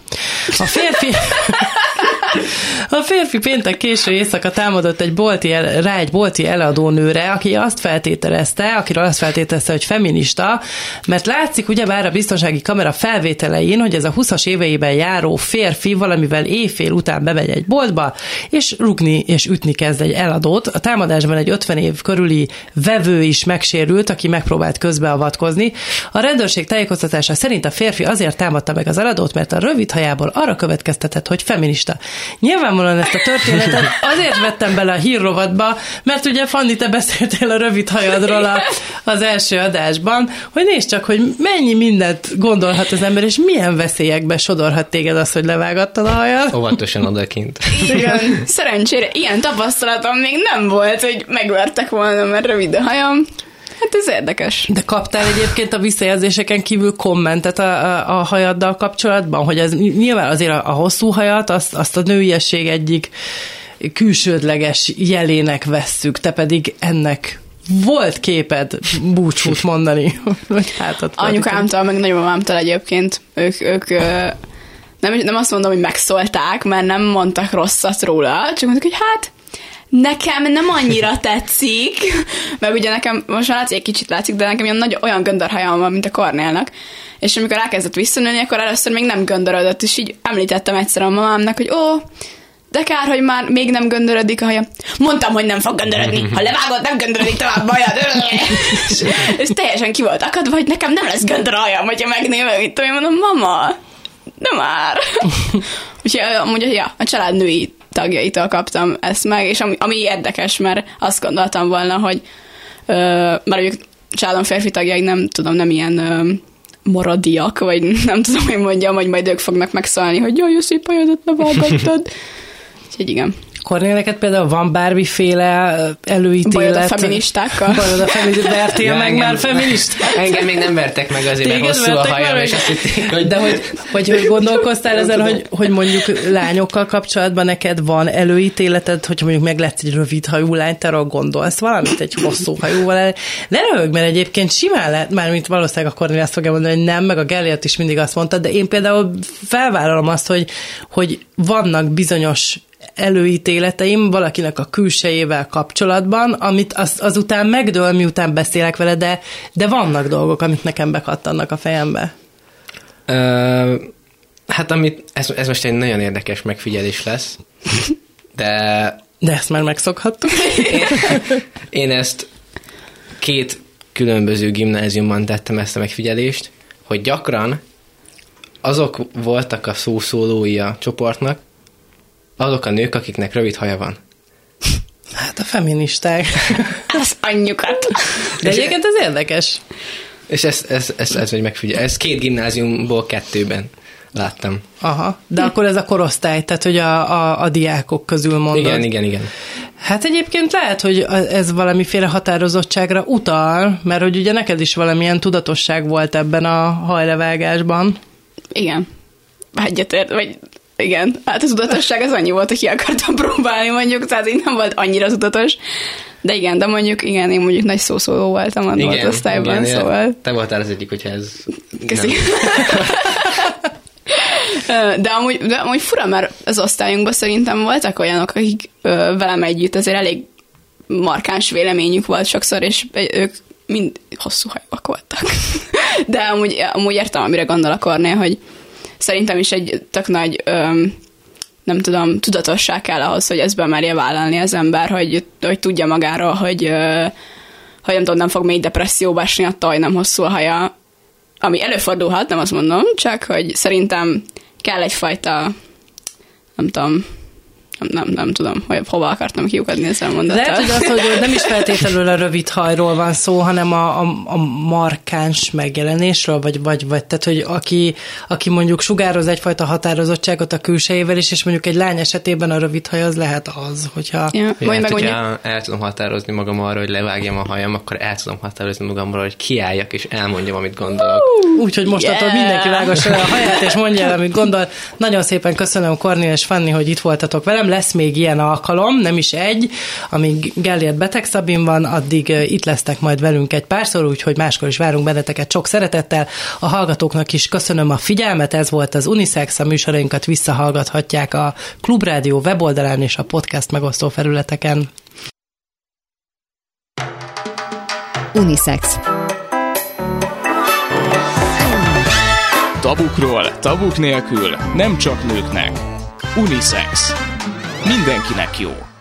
A férfi péntek késő éjszaka támadott egy bolti eladónőre, akiről azt feltételezte, hogy feminista, mert látszik ugyebár a biztonsági kamera felvételein, hogy ez a 20-as éveiben járó férfi valamivel éjfél után bemegy egy boltba, és rugni és ütni kezd egy eladót. A támadásban egy 50 év körüli vevő is megsérült, aki megpróbált közbeavatkozni. A rendőrség tájékoztatása szerint a férfi azért támadta meg az eladót, mert a rövid hajából arra következtetett, hogy feminista. Nyilvánvalóan ezt a történetet azért vettem bele a hírrovatba, mert ugye Fanni, te beszéltél a rövid hajadról az első adásban, hogy nézd csak, hogy mennyi mindent gondolhat az ember, és milyen veszélyekbe sodorhat téged az, hogy levágattad a hajad. Óvatosan odakint. Igen, szerencsére ilyen tapasztalatom még nem volt, hogy megvertek volna, mert rövid a hajam. Hát ez érdekes. De kaptál egyébként a visszajelzéseken kívül kommentet a hajaddal kapcsolatban, hogy ez nyilván azért a hosszú hajat, azt a nőiesség egyik külsődleges jelének vesszük, te pedig ennek volt képed búcsút mondani. Anyukámtól, meg nagymamámtól egyébként. Ők nem azt mondom, hogy megszólták, mert nem mondtak rosszat róla, csak mondták, hogy hát nekem nem annyira tetszik, mert ugye nekem most már látszik, egy kicsit látszik, de nekem olyan göndörhajam van, mint a Kornélnak. És amikor elkezdett visszanőni, akkor először még nem göndörödött, és így említettem egyszer a mamámnak, hogy de kár, hogy már még nem göndörödik a haja. Mondtam, hogy nem fog göndörödni. Ha levágod, nem göndörödik tovább a hajad. És teljesen ki volt akadva, hogy nekem nem lesz göndör a hajam, hogyha megnézem, mit tudom, mondom, mama, nem már. Úgyhogy amúgy a család női tagjaitól kaptam ezt meg, és ami érdekes, mert azt gondoltam volna, hogy mert ők családom férfi tagjai nem ilyen maradiak, vagy nem tudom, hogy mondjam, hogy majd ők fognak megszólni, hogy jaj, szép hajadat levágattad. Úgyhogy igen. Kornéleket például van bármiféle előítélet? Bajod a feministákkal. Bajod a feministákkal. Vertél meg már feministát? Engem még nem vertek meg azért, mert hosszú a hajam, és azt hitték, hogy... De hogy gondolkoztál ezen, hogy mondjuk lányokkal kapcsolatban neked van előítéleted, hogy mondjuk meglátsz egy rövid hajú lányt, te arról gondolsz valamit egy hosszú hajúval? Ne röhög, mert egyébként simán lehet, mármint valószínűleg a Kornél azt fogja mondani, hogy nem, meg a Gellért is mindig azt mondta, de én például felvállalom azt, hogy vannak bizonyos előítéleteim valakinek a külsejével kapcsolatban, amit azután megdől, miután beszélek vele, de vannak dolgok, amik nekem bekattannak a fejembe. Hát ez most egy nagyon érdekes megfigyelés lesz, de ezt már megszokhattuk. Én ezt 2 különböző gimnáziumban tettem ezt a megfigyelést, hogy gyakran azok voltak a szószólói a csoportnak, azok a nők, akiknek rövid haja van. Hát a feministák. Az anyjukat. De egyébként ez érdekes. És ez egy megfigyelés. Ez 2 gimnáziumból 2-ben láttam. Aha, de akkor ez a korosztály, tehát hogy a diákok közül mondod. Igen. Hát egyébként lehet, hogy ez valamiféle határozottságra utal, mert hogy ugye neked is valamilyen tudatosság volt ebben a hajlevágásban. Igen. Egyetért, vagy igen, hát a tudatosság az annyi volt, hogy ki akartam próbálni mondjuk, tehát így nem volt annyira tudatos. De igen, de mondjuk, igen, én mondjuk nagy szószóló voltam a volt osztályban, szóval. Te voltál az egyik, hogyha ez... Köszi. De amúgy fura, mert az osztályunkban szerintem voltak olyanok, akik velem együtt azért elég markáns véleményük volt sokszor, és ők mind hosszú hajúak voltak. De amúgy értem, amire gondol a Kornél, hogy szerintem is egy tök nagy, nem tudom, tudatosság kell ahhoz, hogy ezt bemerje vállalni az ember, hogy tudja magáról, hogy nem tudom, nem fog mély depresszióba esni attól, hogy nem hosszú a haja. Ami előfordulhat, nem azt mondom, csak hogy szerintem kell egyfajta, nem tudom, nem tudom, hogy hova akartam kiukadni ezzel a mondattal. Lehet, hogy az, hogy nem is feltétlenül a rövid hajról van szó, hanem a markáns megjelenésről, vagy tehát, hogy aki mondjuk sugároz egyfajta határozottságot a külsejével is, és mondjuk egy lány esetében a rövid haj az lehet az, hogyha... Ja, hogyha el tudom határozni magam arra, hogy levágjam a hajam, akkor el tudom határozni magamról, hogy kiálljak, és elmondjam, amit gondolok. Úgyhogy most mindenki vágassa le a haját, és mondja el, amit gondol. Nagyon szépen köszönöm, Kornél és Fanni, hogy itt voltatok velem. Lesz még ilyen alkalom, nem is egy, amíg Gellért Beteg Szabin van, addig itt lesztek majd velünk egy párszor, úgyhogy máskor is várunk benneteket sok szeretettel. A hallgatóknak is köszönöm a figyelmet, ez volt az Unisex, a műsorainkat visszahallgathatják a Klubrádió weboldalán és a podcast megosztó felületeken. Unisex. Tabukról, tabuk nélkül, nem csak nőknek. Unisex. Mindenkinek jó.